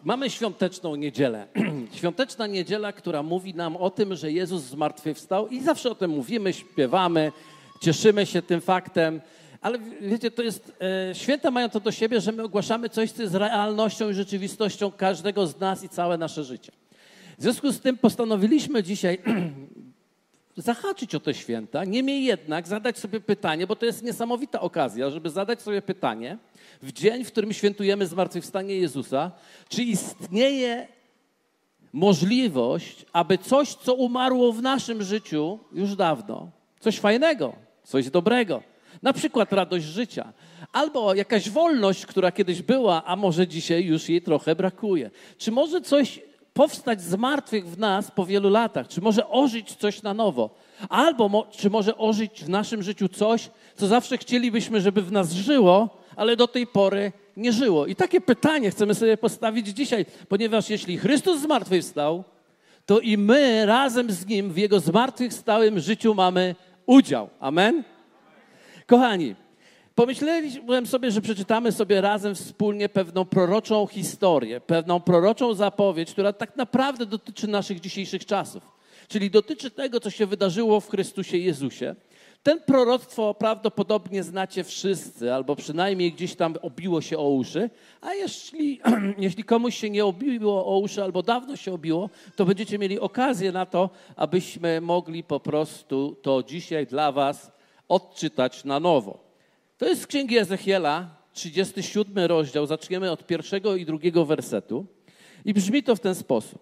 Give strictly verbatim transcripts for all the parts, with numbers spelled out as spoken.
Mamy świąteczną niedzielę. Świąteczna niedziela, która mówi nam o tym, że Jezus zmartwychwstał i zawsze o tym mówimy, śpiewamy, cieszymy się tym faktem. Ale wiecie, to jest, e, święta mają to do siebie, że my ogłaszamy coś, co jest realnością i rzeczywistością każdego z nas i całe nasze życie. W związku z tym postanowiliśmy dzisiaj zahaczyć o te święta, niemniej jednak zadać sobie pytanie, bo to jest niesamowita okazja, żeby zadać sobie pytanie w dzień, w którym świętujemy zmartwychwstanie Jezusa, czy istnieje możliwość, aby coś, co umarło w naszym życiu już dawno, coś fajnego, coś dobrego, na przykład radość życia, albo jakaś wolność, która kiedyś była, a może dzisiaj już jej trochę brakuje. Czy może coś powstać z martwych w nas po wielu latach? Czy może ożyć coś na nowo? Albo mo- czy może ożyć w naszym życiu coś, co zawsze chcielibyśmy, żeby w nas żyło, ale do tej pory nie żyło? I takie pytanie chcemy sobie postawić dzisiaj, ponieważ jeśli Chrystus zmartwychwstał, to i my razem z Nim w Jego zmartwychwstałym życiu mamy udział. Amen? Kochani, pomyślałem sobie, że przeczytamy sobie razem wspólnie pewną proroczą historię, pewną proroczą zapowiedź, która tak naprawdę dotyczy naszych dzisiejszych czasów. Czyli dotyczy tego, co się wydarzyło w Chrystusie Jezusie. Ten proroctwo prawdopodobnie znacie wszyscy, albo przynajmniej gdzieś tam obiło się o uszy, a jeśli, jeśli komuś się nie obiło o uszy, albo dawno się obiło, to będziecie mieli okazję na to, abyśmy mogli po prostu to dzisiaj dla was odczytać na nowo. To jest z Księgi Ezechiela, trzydziesty siódmy rozdział, zaczniemy od pierwszego i drugiego wersetu i brzmi to w ten sposób.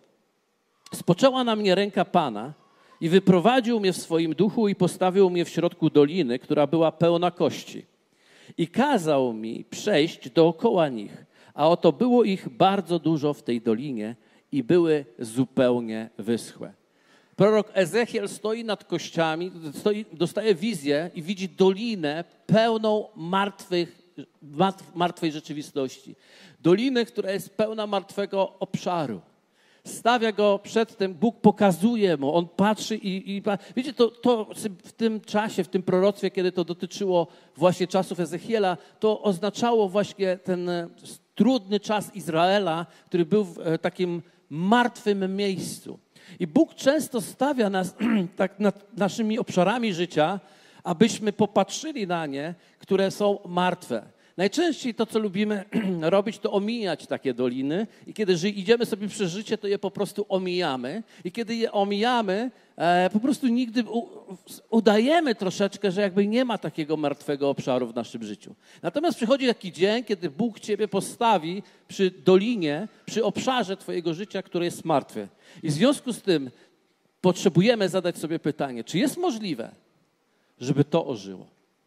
Spoczęła na mnie ręka Pana i wyprowadził mnie w swoim duchu i postawił mnie w środku doliny, która była pełna kości. I kazał mi przejść dookoła nich, a oto było ich bardzo dużo w tej dolinie i były zupełnie wyschłe. Prorok Ezechiel stoi nad kościami, stoi, dostaje wizję i widzi dolinę pełną martwych, martwej rzeczywistości. Dolinę, która jest pełna martwego obszaru. Stawia go przed tym, Bóg pokazuje mu, on patrzy i, i wiecie, to, to w tym czasie, w tym proroctwie, kiedy to dotyczyło właśnie czasów Ezechiela, to oznaczało właśnie ten trudny czas Izraela, który był w takim martwym miejscu. I Bóg często stawia nas tak nad naszymi obszarami życia, abyśmy popatrzyli na nie, które są martwe. Najczęściej to, co lubimy robić, to omijać takie doliny i kiedy idziemy sobie przez życie, to je po prostu omijamy i kiedy je omijamy, e, po prostu nigdy u, udajemy troszeczkę, że jakby nie ma takiego martwego obszaru w naszym życiu. Natomiast przychodzi taki dzień, kiedy Bóg ciebie postawi przy dolinie, przy obszarze twojego życia, które jest martwe. I w związku z tym potrzebujemy zadać sobie pytanie, czy jest możliwe, żeby to ożyło?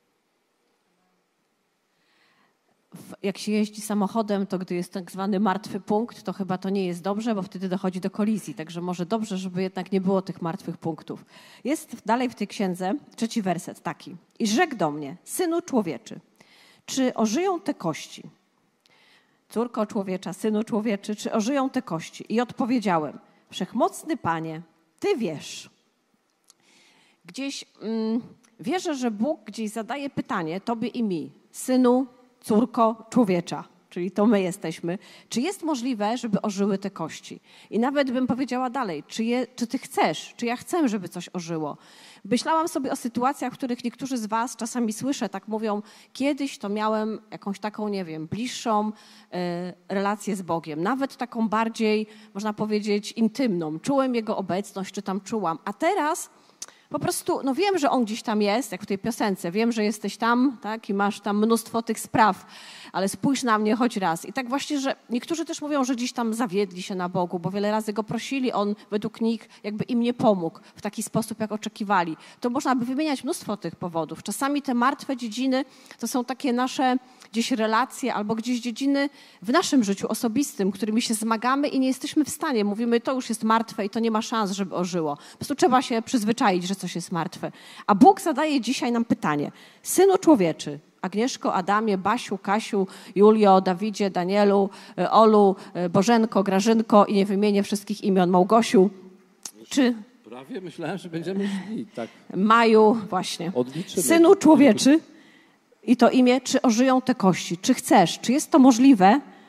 Jak się jeździ samochodem, to gdy jest tak zwany martwy punkt, to chyba to nie jest dobrze, bo wtedy dochodzi do kolizji. Także może dobrze, żeby jednak nie było tych martwych punktów. Jest dalej w tej księdze trzeci werset taki. I rzekł do mnie, synu człowieczy, czy ożyją te kości? Córko człowiecza, synu człowieczy, czy ożyją te kości? I odpowiedziałem, wszechmocny Panie, Ty wiesz. Gdzieś mm, wierzę, że Bóg gdzieś zadaje pytanie Tobie i mi, synu, córko człowiecza, czyli to my jesteśmy. Czy jest możliwe, żeby ożyły te kości? I nawet bym powiedziała dalej, czy, je, czy ty chcesz, czy ja chcę, żeby coś ożyło? Myślałam sobie o sytuacjach, w których niektórzy z was, czasami słyszę, tak mówią, kiedyś to miałem jakąś taką, nie wiem, bliższą y, relację z Bogiem, nawet taką bardziej, można powiedzieć, intymną. Czułem Jego obecność, czy tam czułam, a teraz po prostu, no wiem, że On gdzieś tam jest, jak w tej piosence, wiem, że jesteś tam, tak, i masz tam mnóstwo tych spraw, ale spójrz na mnie choć raz. I tak właśnie, że niektórzy też mówią, że gdzieś tam zawiedli się na Bogu, bo wiele razy Go prosili, On według nich jakby im nie pomógł w taki sposób, jak oczekiwali. To można by wymieniać mnóstwo tych powodów. Czasami te martwe dziedziny to są takie nasze gdzieś relacje albo gdzieś dziedziny w naszym życiu osobistym, którymi się zmagamy i nie jesteśmy w stanie. Mówimy, to już jest martwe i to nie ma szans, żeby ożyło. Po prostu trzeba się przyzwyczaić, że coś jest martwe. A Bóg zadaje dzisiaj nam pytanie. Synu człowieczy, Agnieszko, Adamie, Basiu, Kasiu, Julio, Dawidzie, Danielu, Olu, Bożenko, Grażynko i nie wymienię wszystkich imion, Małgosiu, czy... Prawie myślałem, że będziemy szli, tak. Maju, właśnie. Odliczymy. Synu człowieczy i to imię, czy ożyją te kości? Czy chcesz? Czy jest to możliwe,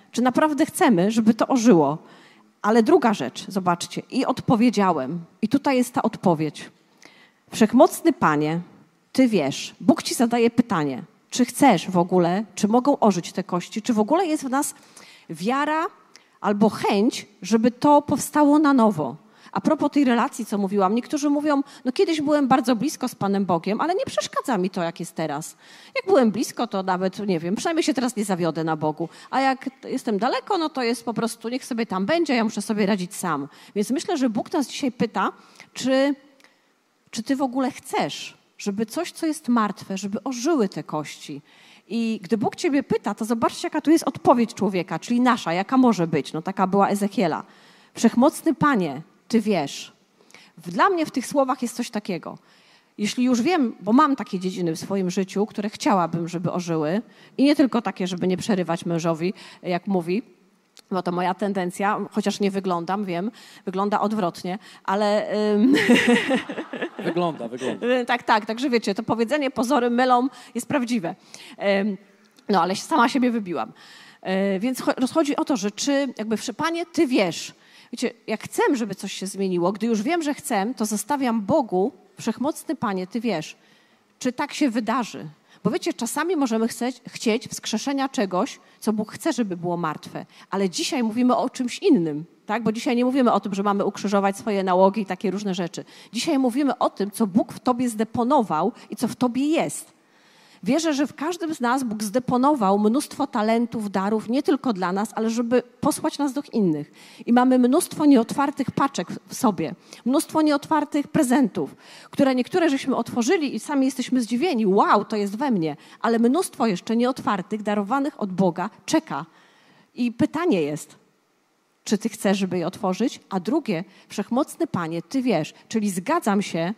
Czy naprawdę chcemy, żeby to ożyło? Ale druga rzecz, zobaczcie, i odpowiedziałem. I tutaj jest ta odpowiedź. Wszechmocny Panie, Ty wiesz, Bóg Ci zadaje pytanie, czy chcesz w ogóle, czy mogą ożyć te kości, czy w ogóle jest w nas wiara albo chęć, żeby to powstało na nowo. A propos tej relacji, co mówiłam, niektórzy mówią, no kiedyś byłem bardzo blisko z Panem Bogiem, ale nie przeszkadza mi to, jak jest teraz. Jak byłem blisko, to nawet, nie wiem, przynajmniej się teraz nie zawiodę na Bogu. A jak jestem daleko, no to jest po prostu, niech sobie tam będzie, ja muszę sobie radzić sam. Więc myślę, że Bóg nas dzisiaj pyta, czy, czy Ty w ogóle chcesz, żeby coś, co jest martwe, żeby ożyły te kości. I gdy Bóg Ciebie pyta, to zobaczcie, jaka tu jest odpowiedź człowieka, czyli nasza, jaka może być. No taka była Ezechiela. Wszechmocny Panie, Ty wiesz. Dla mnie w tych słowach jest coś takiego. Jeśli już wiem, bo mam takie dziedziny w swoim życiu, które chciałabym, żeby ożyły i nie tylko takie, żeby nie przerywać mężowi, jak mówi, bo to moja tendencja, chociaż nie wyglądam, wiem, wygląda odwrotnie, ale... Ym... Wygląda, wygląda. tak, tak, także wiecie, to powiedzenie pozory mylą jest prawdziwe. Ym... No, ale sama siebie wybiłam. Yy, więc chodzi o to, że czy jakby, Panie, Ty wiesz. Wiecie, jak chcę, żeby coś się zmieniło, gdy już wiem, że chcę, to zostawiam Bogu, Wszechmocny Panie, Ty wiesz, czy tak się wydarzy. Bo wiecie, czasami możemy chceć, chcieć wskrzeszenia czegoś, co Bóg chce, żeby było martwe. Ale dzisiaj mówimy o czymś innym, tak? Bo dzisiaj nie mówimy o tym, że mamy ukrzyżować swoje nałogi i takie różne rzeczy. Dzisiaj mówimy o tym, co Bóg w Tobie zdeponował i co w Tobie jest. Wierzę, że w każdym z nas Bóg zdeponował mnóstwo talentów, darów, nie tylko dla nas, ale żeby posłać nas do innych. I mamy mnóstwo nieotwartych paczek w sobie, mnóstwo nieotwartych prezentów, które niektóre żeśmy otworzyli i sami jesteśmy zdziwieni. Wow, to jest we mnie. Ale mnóstwo jeszcze nieotwartych, darowanych od Boga czeka. I pytanie jest, czy Ty chcesz, żeby je otworzyć? A drugie, Wszechmocny Panie, Ty wiesz, czyli zgadzam się,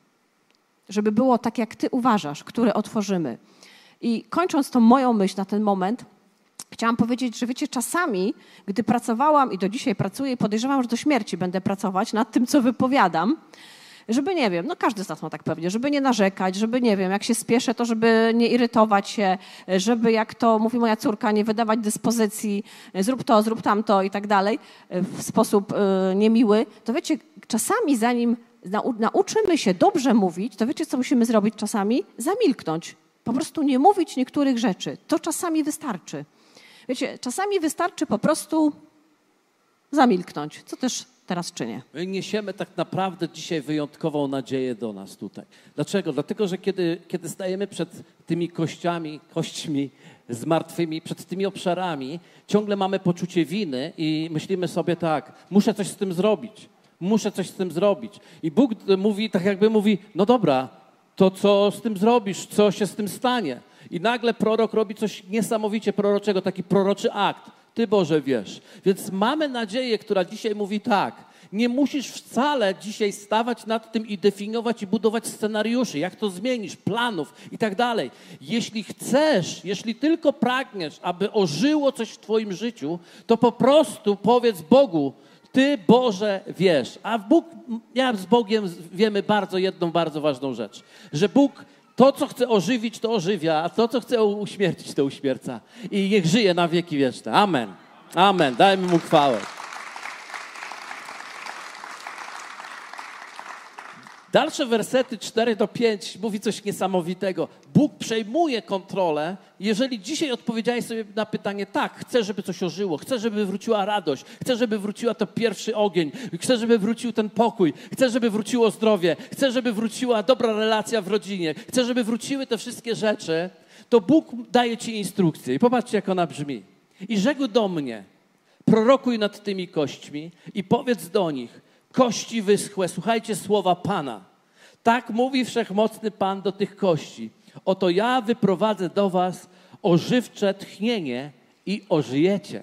żeby było tak, jak Ty uważasz, które otworzymy. I kończąc tą moją myśl na ten moment, chciałam powiedzieć, że wiecie, czasami, gdy pracowałam i do dzisiaj pracuję i podejrzewam, że do śmierci będę pracować nad tym, co wypowiadam, żeby, nie wiem, no każdy z nas ma tak pewnie, żeby nie narzekać, żeby, nie wiem, jak się spieszę, to żeby nie irytować się, żeby, jak to mówi moja córka, nie wydawać dyspozycji, zrób to, zrób tamto i tak dalej, w sposób y, niemiły, to wiecie, czasami zanim nauczymy się dobrze mówić, to wiecie, co musimy zrobić czasami? Zamilknąć. Po prostu nie mówić niektórych rzeczy. To czasami wystarczy. Wiecie, czasami wystarczy po prostu zamilknąć, co też teraz czynię. My niesiemy tak naprawdę dzisiaj wyjątkową nadzieję do nas tutaj. Dlaczego? Dlatego, że kiedy, kiedy stajemy przed tymi kościami, kośćmi zmartwymi, przed tymi obszarami, ciągle mamy poczucie winy i myślimy sobie tak, muszę coś z tym zrobić. Muszę coś z tym zrobić. I Bóg mówi, tak jakby mówi, no dobra, to co z tym zrobisz, co się z tym stanie? I nagle prorok robi coś niesamowicie proroczego, taki proroczy akt. Ty, Boże, wiesz. Więc mamy nadzieję, która dzisiaj mówi tak, nie musisz wcale dzisiaj stawać nad tym i definiować i budować scenariuszy, jak to zmienisz, planów i tak dalej. Jeśli chcesz, jeśli tylko pragniesz, aby ożyło coś w Twoim życiu, to po prostu powiedz Bogu, Ty, Boże, wiesz. A Bóg, ja z Bogiem wiemy bardzo jedną bardzo ważną rzecz, że Bóg to, co chce ożywić, to ożywia, a to, co chce uśmiercić, to uśmierca. I niech żyje na wieki wieczne. Amen. Amen. Dajmy Mu chwałę. Dalsze wersety cztery do pięć mówi coś niesamowitego. Bóg przejmuje kontrolę. Jeżeli dzisiaj odpowiedziałeś sobie na pytanie, tak, chcę, żeby coś ożyło, chcę, żeby wróciła radość, chcę, żeby wróciła to pierwszy ogień, chcę, żeby wrócił ten pokój, chcę, żeby wróciło zdrowie, chcę, żeby wróciła dobra relacja w rodzinie, chcę, żeby wróciły te wszystkie rzeczy, to Bóg daje ci instrukcję. I popatrzcie, jak ona brzmi. I rzekł do mnie, prorokuj nad tymi kośćmi i powiedz do nich, kości wyschłe, słuchajcie słowa Pana. Tak mówi Wszechmocny Pan do tych kości. Oto ja wyprowadzę do was ożywcze tchnienie i ożyjecie.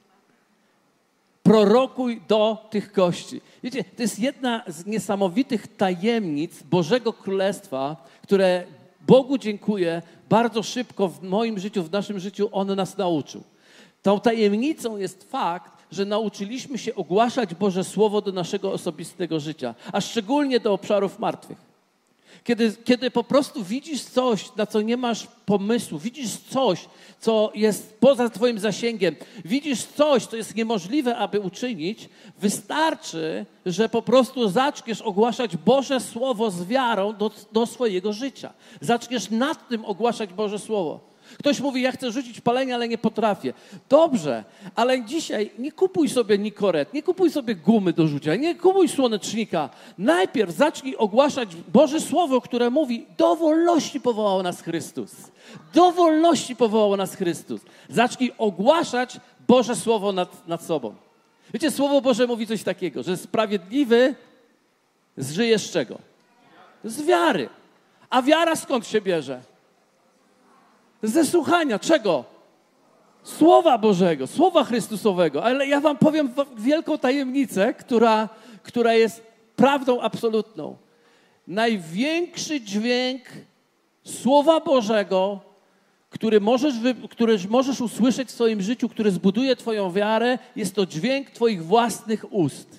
Prorokuj do tych kości. Wiecie, to jest jedna z niesamowitych tajemnic Bożego Królestwa, które Bogu dziękuję, bardzo szybko w moim życiu, w naszym życiu On nas nauczył. Tą tajemnicą jest fakt, że nauczyliśmy się ogłaszać Boże Słowo do naszego osobistego życia, a szczególnie do obszarów martwych. Kiedy, kiedy po prostu widzisz coś, na co nie masz pomysłu, widzisz coś, co jest poza twoim zasięgiem, widzisz coś, co jest niemożliwe, aby uczynić, wystarczy, że po prostu zaczniesz ogłaszać Boże Słowo z wiarą do, do swojego życia. Zaczniesz nad tym ogłaszać Boże Słowo. Ktoś mówi, ja chcę rzucić palenie, ale nie potrafię. Dobrze, ale dzisiaj nie kupuj sobie Nikoret, nie kupuj sobie gumy do rzucia, nie kupuj słonecznika. Najpierw zacznij ogłaszać Boże Słowo, które mówi, do wolności powołał nas Chrystus. Do wolności powołał nas Chrystus. Zacznij ogłaszać Boże Słowo nad, nad sobą. Wiecie, Słowo Boże mówi coś takiego, że sprawiedliwy żyje z czego? Z wiary. A wiara skąd się bierze? Ze słuchania. Czego? Słowa Bożego, Słowa Chrystusowego. Ale ja wam powiem wielką tajemnicę, która, która jest prawdą absolutną. Największy dźwięk Słowa Bożego, który możesz, który możesz usłyszeć w swoim życiu, który zbuduje twoją wiarę, jest to dźwięk twoich własnych ust.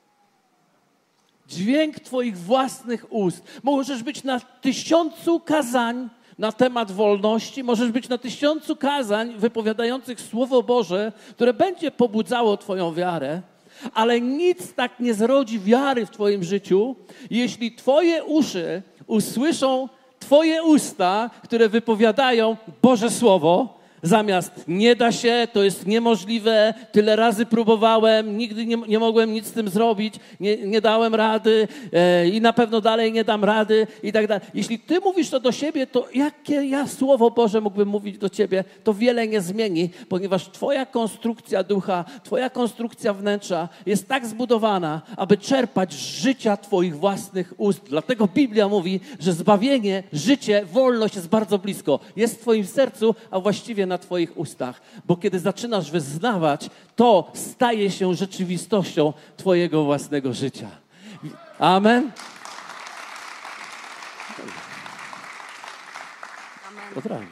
Dźwięk twoich własnych ust. Możesz być na tysiącu kazań na temat wolności, możesz być na tysiącu kazań wypowiadających Słowo Boże, które będzie pobudzało twoją wiarę, ale nic tak nie zrodzi wiary w twoim życiu, jeśli twoje uszy usłyszą twoje usta, które wypowiadają Boże Słowo, zamiast nie da się, to jest niemożliwe, tyle razy próbowałem, nigdy nie, nie mogłem nic z tym zrobić, nie, nie dałem rady e, i na pewno dalej nie dam rady i tak dalej. Jeśli ty mówisz to do siebie, to jakie ja Słowo Boże mógłbym mówić do ciebie, to wiele nie zmieni, ponieważ twoja konstrukcja ducha, twoja konstrukcja wnętrza jest tak zbudowana, aby czerpać z życia twoich własnych ust. Dlatego Biblia mówi, że zbawienie, życie, wolność jest bardzo blisko. Jest w twoim sercu, a właściwie na twoich ustach, bo kiedy zaczynasz wyznawać, to staje się rzeczywistością twojego własnego życia. Amen? Amen.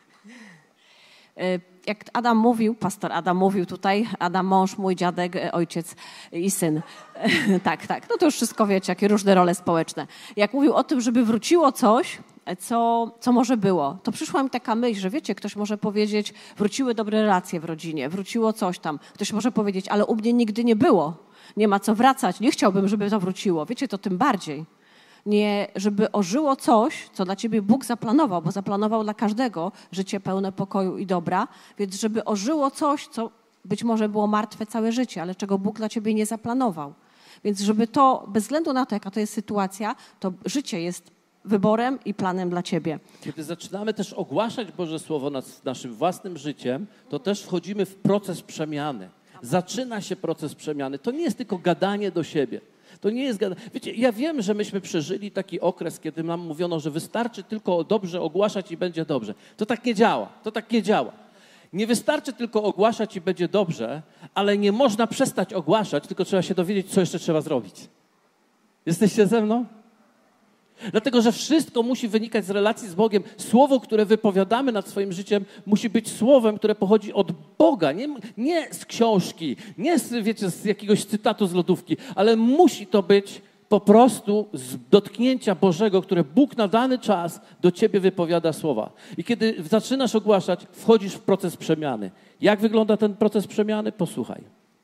Jak Adam mówił, pastor Adam mówił tutaj, Adam mąż, mój dziadek, ojciec i syn. Tak, tak, no to już wszystko wiecie, jakie różne role społeczne. Jak mówił o tym, żeby wróciło coś, co, co może było, to przyszła mi taka myśl, że wiecie, ktoś może powiedzieć, wróciły dobre relacje w rodzinie, wróciło coś tam. Ktoś może powiedzieć, ale u mnie nigdy nie było, nie ma co wracać, nie chciałbym, żeby to wróciło. Wiecie, to tym bardziej. Nie, żeby ożyło coś, co dla ciebie Bóg zaplanował, bo zaplanował dla każdego życie pełne pokoju i dobra, więc żeby ożyło coś, co być może było martwe całe życie, ale czego Bóg dla ciebie nie zaplanował. Więc żeby to, bez względu na to, jaka to jest sytuacja, to życie jest wyborem i planem dla ciebie. Kiedy zaczynamy też ogłaszać Boże Słowo nad naszym własnym życiem, to też wchodzimy w proces przemiany. Zaczyna się proces przemiany. To nie jest tylko gadanie do siebie. To nie jest gadanie. Wiecie, ja wiem, że myśmy przeżyli taki okres, kiedy nam mówiono, że wystarczy tylko dobrze ogłaszać i będzie dobrze. To tak nie działa. To tak nie działa. Nie wystarczy tylko ogłaszać i będzie dobrze, ale nie można przestać ogłaszać, tylko trzeba się dowiedzieć, co jeszcze trzeba zrobić. Jesteście ze mną? Dlatego, że wszystko musi wynikać z relacji z Bogiem. Słowo, które wypowiadamy nad swoim życiem, musi być słowem, które pochodzi od Boga, nie, nie z książki, nie z, wiecie, z jakiegoś cytatu z lodówki, ale musi to być po prostu z dotknięcia Bożego, które Bóg na dany czas do ciebie wypowiada słowa. I kiedy zaczynasz ogłaszać, wchodzisz w proces przemiany. Jak wygląda ten proces przemiany? Posłuchaj.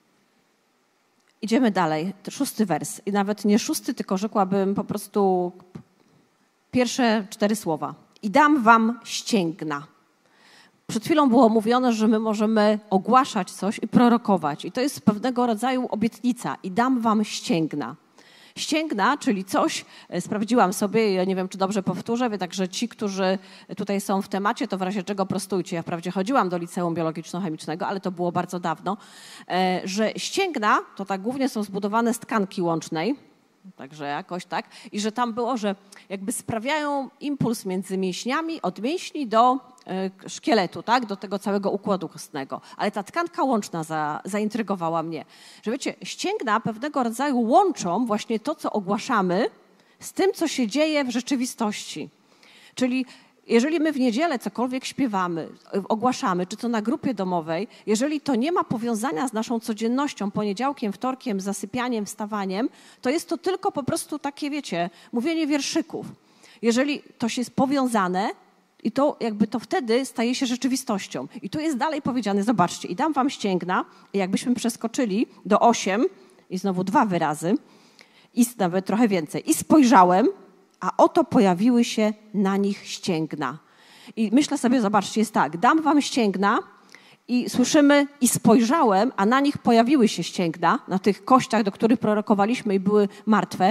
Idziemy dalej. Szósty wers. I nawet nie szósty, tylko rzekłabym po prostu pierwsze cztery słowa. I dam wam ścięgna. Przed chwilą było mówione, że my możemy ogłaszać coś i prorokować. I to jest pewnego rodzaju obietnica. I dam wam ścięgna. Ścięgna, czyli coś, sprawdziłam sobie, ja nie wiem, czy dobrze powtórzę, także ci, którzy tutaj są w temacie, to w razie czego prostujcie. Ja wprawdzie chodziłam do liceum biologiczno-chemicznego, ale to było bardzo dawno, że ścięgna to tak głównie są zbudowane z tkanki łącznej, także jakoś tak, i że tam było, że jakby sprawiają impuls między mięśniami, od mięśni do szkieletu, tak, do tego całego układu kostnego. Ale ta tkanka łączna za, zaintrygowała mnie. Że wiecie, ścięgna pewnego rodzaju łączą właśnie to, co ogłaszamy, z tym, co się dzieje w rzeczywistości. Czyli jeżeli my w niedzielę cokolwiek śpiewamy, ogłaszamy, czy to na grupie domowej, jeżeli to nie ma powiązania z naszą codziennością, poniedziałkiem, wtorkiem, zasypianiem, wstawaniem, to jest to tylko po prostu takie, wiecie, mówienie wierszyków. Jeżeli to się jest powiązane, i to jakby to wtedy staje się rzeczywistością. I tu jest dalej powiedziane, zobaczcie, i dam wam ścięgna, i jakbyśmy przeskoczyli do osiem, i znowu dwa wyrazy, i nawet trochę więcej. I spojrzałem, a oto pojawiły się na nich ścięgna. I myślę sobie, zobaczcie, jest tak, dam wam ścięgna i słyszymy, i spojrzałem, a na nich pojawiły się ścięgna, na tych kościach, do których prorokowaliśmy i były martwe,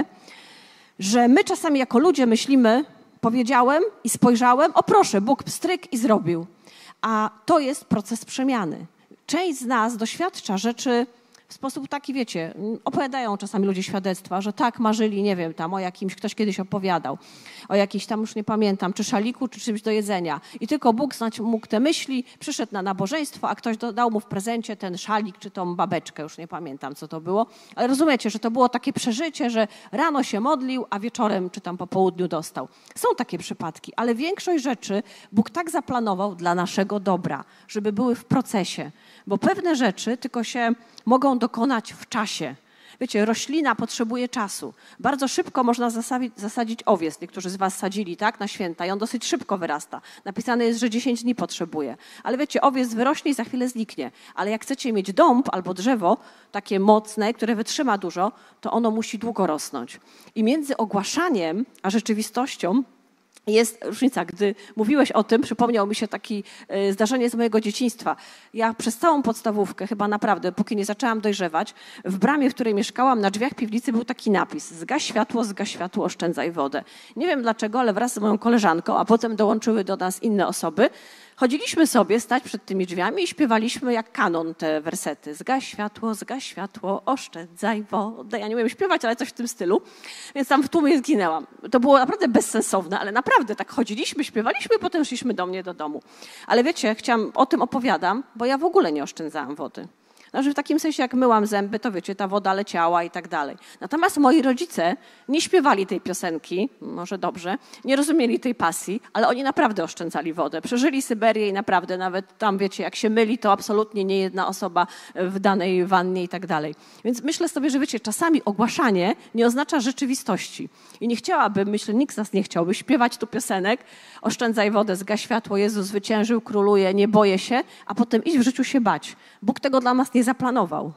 że my czasami jako ludzie myślimy, powiedziałem i spojrzałem, o proszę, Bóg pstryk i zrobił. A to jest proces przemiany. Część z nas doświadcza rzeczy w sposób taki, wiecie, opowiadają czasami ludzie świadectwa, że tak marzyli, nie wiem, tam o jakimś, ktoś kiedyś opowiadał, o jakiś tam, już nie pamiętam, czy szaliku, czy czymś do jedzenia. I tylko Bóg znać mógł te myśli, przyszedł na nabożeństwo, a ktoś dał mu w prezencie ten szalik, czy tą babeczkę, już nie pamiętam, co to było. Ale rozumiecie, że to było takie przeżycie, że rano się modlił, a wieczorem, czy tam po południu dostał. Są takie przypadki, ale większość rzeczy Bóg tak zaplanował dla naszego dobra, żeby były w procesie. Bo pewne rzeczy tylko się mogą dokonać w czasie. Wiecie, roślina potrzebuje czasu. Bardzo szybko można zasadzić, zasadzić owiec. Niektórzy z was sadzili, tak, na święta i on dosyć szybko wyrasta. Napisane jest, że dziesięć dni potrzebuje. Ale wiecie, owiec wyrośnie i za chwilę zniknie. Ale jak chcecie mieć dąb albo drzewo takie mocne, które wytrzyma dużo, to ono musi długo rosnąć. I między ogłaszaniem a rzeczywistością jest różnica. Gdy mówiłeś o tym, przypomniał mi się takie zdarzenie z mojego dzieciństwa. Ja przez całą podstawówkę, chyba naprawdę, póki nie zaczęłam dojrzewać, w bramie, w której mieszkałam, na drzwiach piwnicy był taki napis: zgaś światło, zgaś światło, oszczędzaj wodę. Nie wiem dlaczego, ale wraz z moją koleżanką, a potem dołączyły do nas inne osoby, chodziliśmy sobie stać przed tymi drzwiami i śpiewaliśmy jak kanon te wersety. Zgaś światło, zgaś światło, oszczędzaj wodę. Ja nie umiem śpiewać, ale coś w tym stylu. Więc tam w tłumie zginęłam. To było naprawdę bezsensowne, ale naprawdę tak chodziliśmy, śpiewaliśmy i potem szliśmy do mnie do domu. Ale wiecie, chciałam, o tym opowiadam, bo ja w ogóle nie oszczędzałam wody. Znaczy w takim sensie, jak myłam zęby, to wiecie, ta woda leciała i tak dalej. Natomiast moi rodzice nie śpiewali tej piosenki, może dobrze, nie rozumieli tej pasji, ale oni naprawdę oszczędzali wodę. Przeżyli Syberię i naprawdę nawet tam, wiecie, jak się myli, to absolutnie nie jedna osoba w danej wannie i tak dalej. Więc myślę sobie, że wiecie, czasami ogłaszanie nie oznacza rzeczywistości. I nie chciałabym, myślę, nikt z nas nie chciałby śpiewać tu piosenek, oszczędzaj wodę, zgaś światło, Jezus zwyciężył, króluje, nie boję się, a potem iść w życiu się bać. Bóg tego dla nas nie zaplanował.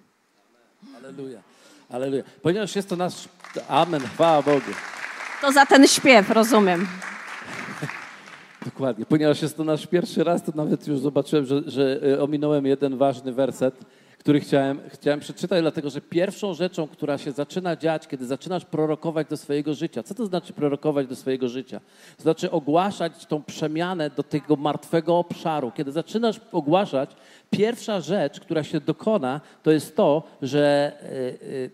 Aleluja, aleluja. Ponieważ jest to nasz... Amen, chwała Bogu. To za ten śpiew, rozumiem. Dokładnie. Ponieważ jest to nasz pierwszy raz, to nawet już zobaczyłem, że, że ominąłem jeden ważny werset, który chciałem, chciałem przeczytać, dlatego że pierwszą rzeczą, która się zaczyna dziać, kiedy zaczynasz prorokować do swojego życia. Co to znaczy prorokować do swojego życia? To znaczy ogłaszać tą przemianę do tego martwego obszaru. Kiedy zaczynasz ogłaszać, pierwsza rzecz, która się dokona, to jest to, że yy, yy,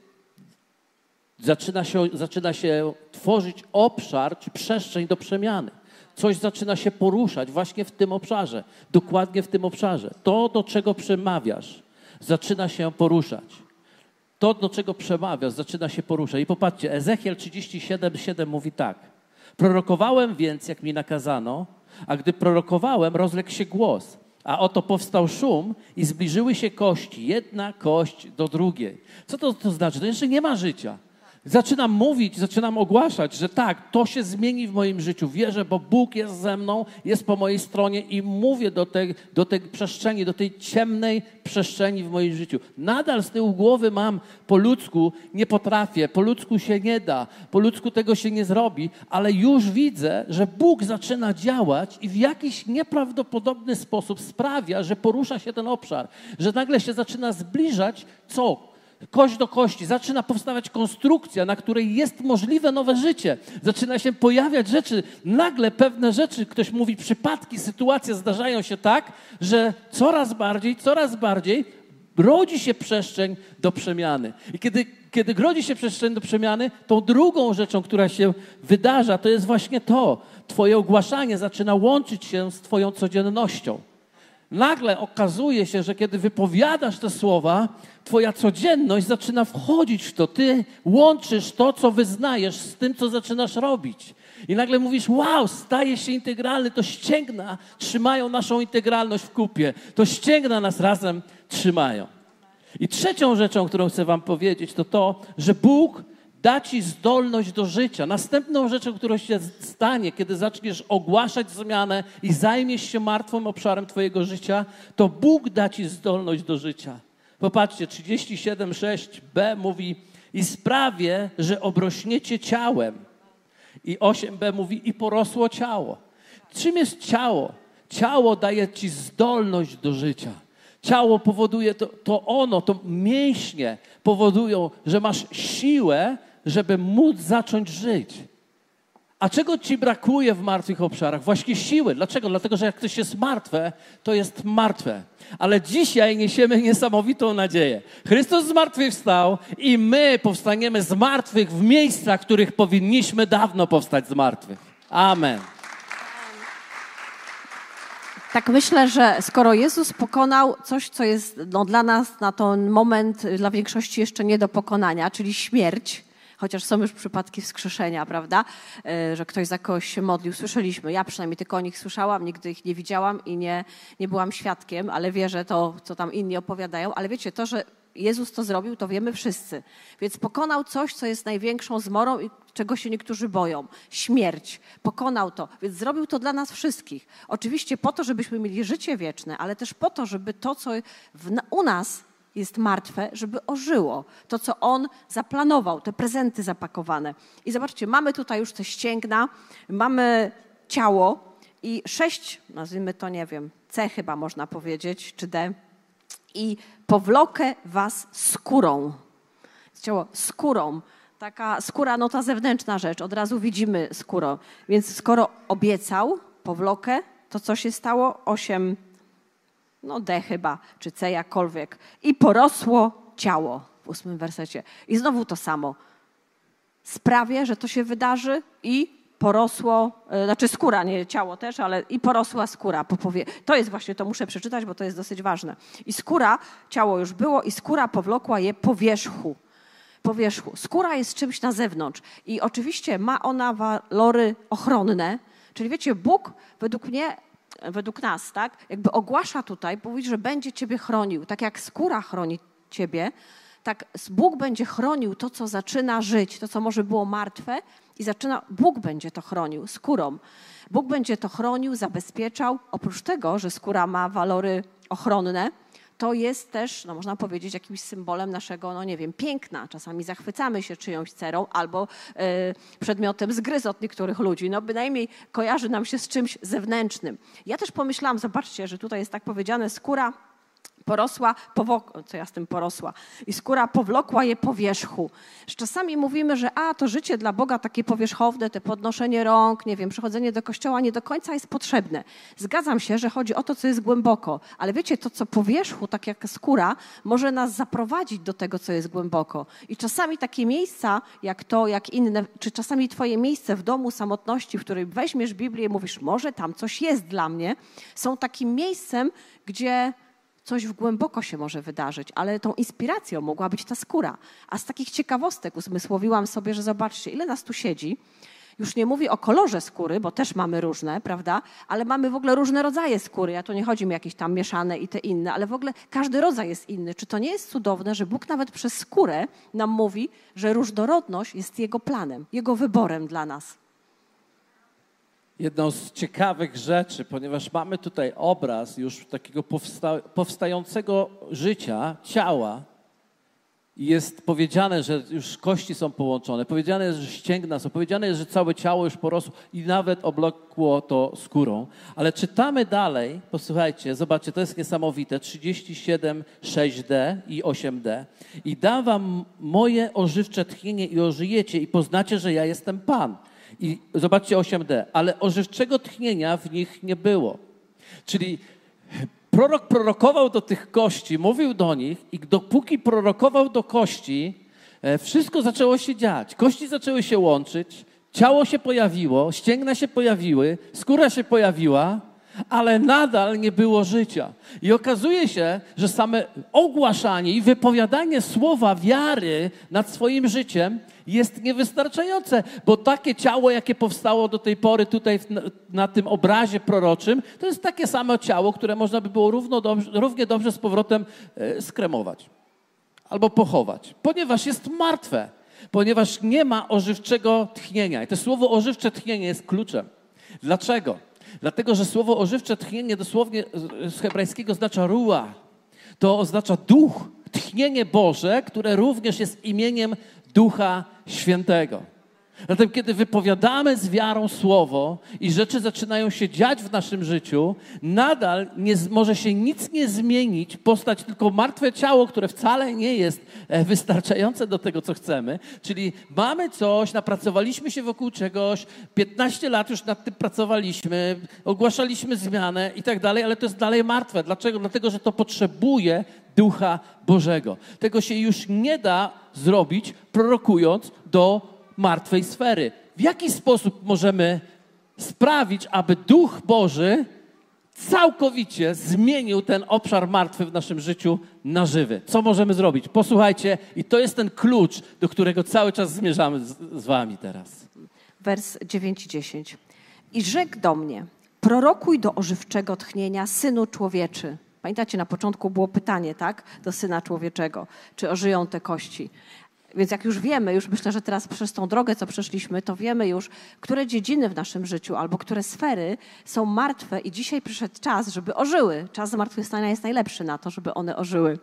zaczyna się, zaczyna się tworzyć obszar czy przestrzeń do przemiany. Coś zaczyna się poruszać właśnie w tym obszarze, dokładnie w tym obszarze. To, do czego przemawiasz, zaczyna się poruszać. To, do czego przemawiasz, zaczyna się poruszać. I popatrzcie, Ezechiel trzydzieści siedem, siedem mówi tak. Prorokowałem więc, jak mi nakazano, a gdy prorokowałem, rozległ się głos. A oto powstał szum i zbliżyły się kości, jedna kość do drugiej. Co to, to znaczy? To jeszcze nie ma życia. Zaczynam mówić, zaczynam ogłaszać, że tak, to się zmieni w moim życiu. Wierzę, bo Bóg jest ze mną, jest po mojej stronie i mówię do tej, do tej przestrzeni, do tej ciemnej przestrzeni w moim życiu. Nadal z tyłu głowy mam po ludzku, nie potrafię, po ludzku się nie da, po ludzku tego się nie zrobi, ale już widzę, że Bóg zaczyna działać i w jakiś nieprawdopodobny sposób sprawia, że porusza się ten obszar, że nagle się zaczyna zbliżać, co? Kość do kości, zaczyna powstawać konstrukcja, na której jest możliwe nowe życie. Zaczyna się pojawiać rzeczy, nagle pewne rzeczy, ktoś mówi przypadki, sytuacje zdarzają się tak, że coraz bardziej, coraz bardziej rodzi się przestrzeń do przemiany. I kiedy, kiedy rodzi się przestrzeń do przemiany, tą drugą rzeczą, która się wydarza, to jest właśnie to. Twoje ogłaszanie zaczyna łączyć się z twoją codziennością. Nagle okazuje się, że kiedy wypowiadasz te słowa, twoja codzienność zaczyna wchodzić w to. Ty łączysz to, co wyznajesz, z tym, co zaczynasz robić. I nagle mówisz, wow, staje się integralny. To ścięgna trzymają naszą integralność w kupie. To ścięgna nas razem trzymają. I trzecią rzeczą, którą chcę wam powiedzieć, to to, że Bóg da ci zdolność do życia. Następną rzeczą, która się stanie, kiedy zaczniesz ogłaszać zmianę i zajmiesz się martwym obszarem twojego życia, to Bóg da ci zdolność do życia. Popatrzcie, trzydzieści siedem sześć b mówi i sprawię, że obrośniecie ciałem. I osiem b mówi i porosło ciało. Czym jest ciało? Ciało daje ci zdolność do życia. Ciało powoduje, to, to ono, to mięśnie powodują, że masz siłę, żeby móc zacząć żyć. A czego ci brakuje w martwych obszarach? Właśnie siły. Dlaczego? Dlatego, że jak ktoś jest martwe, to jest martwe. Ale dzisiaj niesiemy niesamowitą nadzieję. Chrystus z martwych wstał i my powstaniemy z martwych w miejscach, w których powinniśmy dawno powstać z martwych. Amen. Tak myślę, że skoro Jezus pokonał coś, co jest no, dla nas na ten moment, dla większości jeszcze nie do pokonania, czyli śmierć, chociaż są już przypadki wskrzeszenia, prawda, że ktoś za kogoś się modlił. Słyszeliśmy, ja przynajmniej tylko o nich słyszałam, nigdy ich nie widziałam i nie, nie byłam świadkiem, ale wierzę to, co tam inni opowiadają. Ale wiecie, to, że Jezus to zrobił, to wiemy wszyscy. Więc pokonał coś, co jest największą zmorą i czego się niektórzy boją. Śmierć. Pokonał to. Więc zrobił to dla nas wszystkich. Oczywiście po to, żebyśmy mieli życie wieczne, ale też po to, żeby to, co w, u nas jest martwe, żeby ożyło. To, co On zaplanował, te prezenty zapakowane. I zobaczcie, mamy tutaj już te ścięgna, mamy ciało i sześć, nazwijmy to, nie wiem, C chyba można powiedzieć, czy D, i powlokę was skórą. Ciało skórą. Taka skóra, no ta zewnętrzna rzecz. Od razu widzimy skórę. Więc skoro obiecał powlokę, to co się stało? Osiem, no D chyba, czy C jakkolwiek. I porosło ciało w ósmym wersecie. I znowu to samo. Sprawię, że to się wydarzy i porosło, znaczy skóra, nie ciało też, ale i porosła skóra. Popowie. To jest właśnie, to muszę przeczytać, bo to jest dosyć ważne. I skóra, ciało już było i skóra powlokła je po wierzchu. Po wierzchu. Skóra jest czymś na zewnątrz i oczywiście ma ona walory ochronne, czyli wiecie, Bóg według mnie, według nas, tak, jakby ogłasza tutaj, mówi, że będzie ciebie chronił, tak jak skóra chroni ciebie, tak Bóg będzie chronił to, co zaczyna żyć, to, co może było martwe i zaczyna, Bóg będzie to chronił skórą. Bóg będzie to chronił, zabezpieczał. Oprócz tego, że skóra ma walory ochronne, to jest też, no można powiedzieć, jakimś symbolem naszego, no nie wiem, piękna. Czasami zachwycamy się czyjąś cerą albo y, przedmiotem zgryz od niektórych ludzi. No bynajmniej kojarzy nam się z czymś zewnętrznym. Ja też pomyślałam, zobaczcie, że tutaj jest tak powiedziane, skóra porosła, powo- co ja z tym porosła, i skóra powlokła je po wierzchu. Czasami mówimy, że a, to życie dla Boga takie powierzchowne, te podnoszenie rąk, nie wiem, przychodzenie do kościoła nie do końca jest potrzebne. Zgadzam się, że chodzi o to, co jest głęboko, ale wiecie, to, co po wierzchu, tak jak skóra, może nas zaprowadzić do tego, co jest głęboko. I czasami takie miejsca, jak to, jak inne, czy czasami twoje miejsce w domu samotności, w którym weźmiesz Biblię i mówisz, może tam coś jest dla mnie, są takim miejscem, gdzie coś w głęboko się może wydarzyć, ale tą inspiracją mogła być ta skóra. A z takich ciekawostek uzmysłowiłam sobie, że zobaczcie, ile nas tu siedzi. Już nie mówię o kolorze skóry, bo też mamy różne, prawda? Ale mamy w ogóle różne rodzaje skóry. Ja to nie chodzi mi o jakieś tam mieszane i te inne, ale w ogóle każdy rodzaj jest inny. Czy to nie jest cudowne, że Bóg nawet przez skórę nam mówi, że różnorodność jest Jego planem, Jego wyborem dla nas? Jedną z ciekawych rzeczy, ponieważ mamy tutaj obraz już takiego powsta- powstającego życia, ciała, jest powiedziane, że już kości są połączone, powiedziane jest, że ścięgna są, powiedziane jest, że całe ciało już porosło i nawet oblokło to skórą. Ale czytamy dalej, posłuchajcie, zobaczcie, to jest niesamowite, trzydzieści siedem sześć d i osiem d. I dam wam moje ożywcze tchnienie i ożyjecie i poznacie, że ja jestem Pan. I zobaczcie osiem d, ale ożywczego tchnienia w nich nie było. Czyli prorok prorokował do tych kości, mówił do nich i dopóki prorokował do kości, wszystko zaczęło się dziać. Kości zaczęły się łączyć, ciało się pojawiło, ścięgna się pojawiły, skóra się pojawiła, ale nadal nie było życia. I okazuje się, że same ogłaszanie i wypowiadanie słowa wiary nad swoim życiem jest niewystarczające, bo takie ciało, jakie powstało do tej pory tutaj na, na tym obrazie proroczym, to jest takie samo ciało, które można by było równo dobrze, równie dobrze z powrotem e, skremować albo pochować, ponieważ jest martwe. ponieważ nie ma ożywczego tchnienia. I to słowo ożywcze tchnienie jest kluczem. Dlaczego? Dlatego, że słowo ożywcze tchnienie dosłownie z hebrajskiego oznacza ruach. To oznacza duch, tchnienie Boże, które również jest imieniem Ducha Świętego. Zatem, kiedy wypowiadamy z wiarą słowo i rzeczy zaczynają się dziać w naszym życiu, nadal nie, może się nic nie zmienić, postać tylko martwe ciało, które wcale nie jest wystarczające do tego, co chcemy. Czyli mamy coś, napracowaliśmy się wokół czegoś, piętnaście lat już nad tym pracowaliśmy, ogłaszaliśmy zmianę i tak dalej, ale to jest dalej martwe. Dlaczego? Dlatego, że to potrzebuje Ducha Bożego. Tego się już nie da zrobić, prorokując do martwej sfery. W jaki sposób możemy sprawić, aby Duch Boży całkowicie zmienił ten obszar martwy w naszym życiu na żywy? Co możemy zrobić? Posłuchajcie, i to jest ten klucz, do którego cały czas zmierzamy z, z wami teraz. Wers dziewięć i dziesięć. I rzekł do mnie, prorokuj do ożywczego tchnienia, Synu Człowieczy. Pamiętacie, na początku było pytanie, tak? Do Syna Człowieczego. Czy ożyją te kości? Więc jak już wiemy, już myślę, że teraz przez tą drogę, co przeszliśmy, to wiemy już, które dziedziny w naszym życiu albo które sfery są martwe i dzisiaj przyszedł czas, żeby ożyły. Czas zmartwychwstania jest najlepszy na to, żeby one ożyły.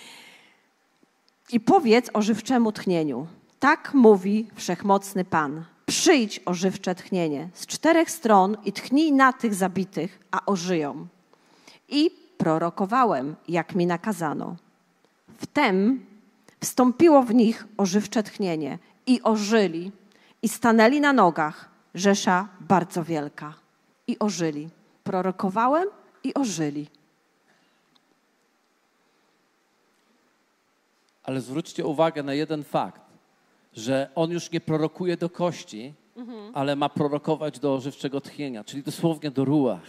I powiedz ożywczemu tchnieniu, tak mówi Wszechmocny Pan. Przyjdź ożywcze tchnienie z czterech stron i tchnij na tych zabitych, a ożyją. I prorokowałem, jak mi nakazano. Wtem wstąpiło w nich ożywcze tchnienie i ożyli i stanęli na nogach, rzesza bardzo wielka. I ożyli. Prorokowałem i ożyli. Ale zwróćcie uwagę na jeden fakt, że on już nie prorokuje do kości, mhm. ale ma prorokować do ożywczego tchnienia, czyli dosłownie do ruach.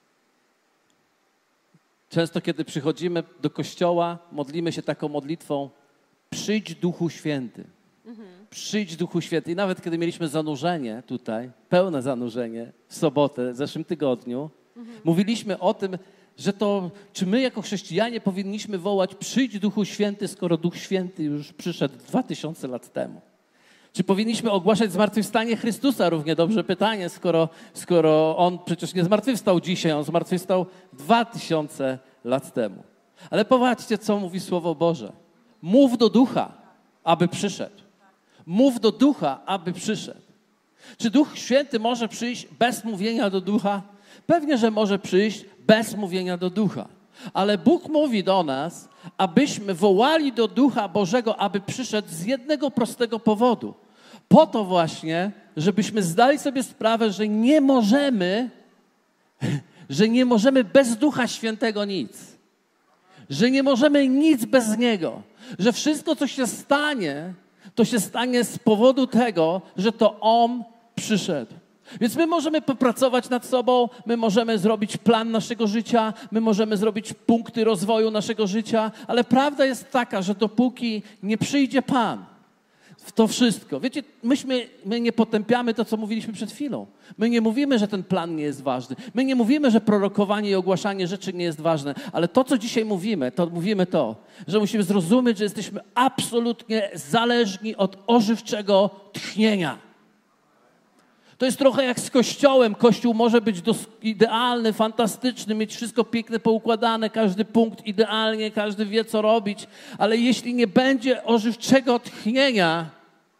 Często, kiedy przychodzimy do kościoła, modlimy się taką modlitwą: przyjdź Duchu Święty. Mhm. Przyjdź Duchu Święty. I nawet kiedy mieliśmy zanurzenie tutaj, pełne zanurzenie w sobotę, w zeszłym tygodniu, mhm. mówiliśmy o tym, że to, czy my jako chrześcijanie powinniśmy wołać przyjdź Duchu Święty, skoro Duch Święty już przyszedł dwa tysiące lat temu. Czy powinniśmy ogłaszać zmartwychwstanie Chrystusa? Równie dobrze pytanie, skoro, skoro On przecież nie zmartwychwstał dzisiaj, On zmartwychwstał dwa tysiące lat temu. Ale popatrzcie, co mówi Słowo Boże. Mów do Ducha, aby przyszedł. Mów do Ducha, aby przyszedł. Czy Duch Święty może przyjść bez mówienia do Ducha? Pewnie, że może przyjść bez mówienia do Ducha. Ale Bóg mówi do nas, abyśmy wołali do Ducha Bożego, aby przyszedł z jednego prostego powodu. Po to właśnie, żebyśmy zdali sobie sprawę, że nie możemy, że nie możemy bez Ducha Świętego nic. Że nie możemy nic bez Niego. Że wszystko, co się stanie, to się stanie z powodu tego, że to On przyszedł. Więc my możemy popracować nad sobą, my możemy zrobić plan naszego życia, my możemy zrobić punkty rozwoju naszego życia, ale prawda jest taka, że dopóki nie przyjdzie Pan w to wszystko. Wiecie, myśmy, my nie potępiamy to, co mówiliśmy przed chwilą. My nie mówimy, że ten plan nie jest ważny. My nie mówimy, że prorokowanie i ogłaszanie rzeczy nie jest ważne. Ale to, co dzisiaj mówimy, to mówimy to, że musimy zrozumieć, że jesteśmy absolutnie zależni od ożywczego tchnienia. To jest trochę jak z Kościołem. Kościół może być idealny, fantastyczny, mieć wszystko piękne, poukładane, każdy punkt idealnie, każdy wie, co robić. Ale jeśli nie będzie ożywczego tchnienia,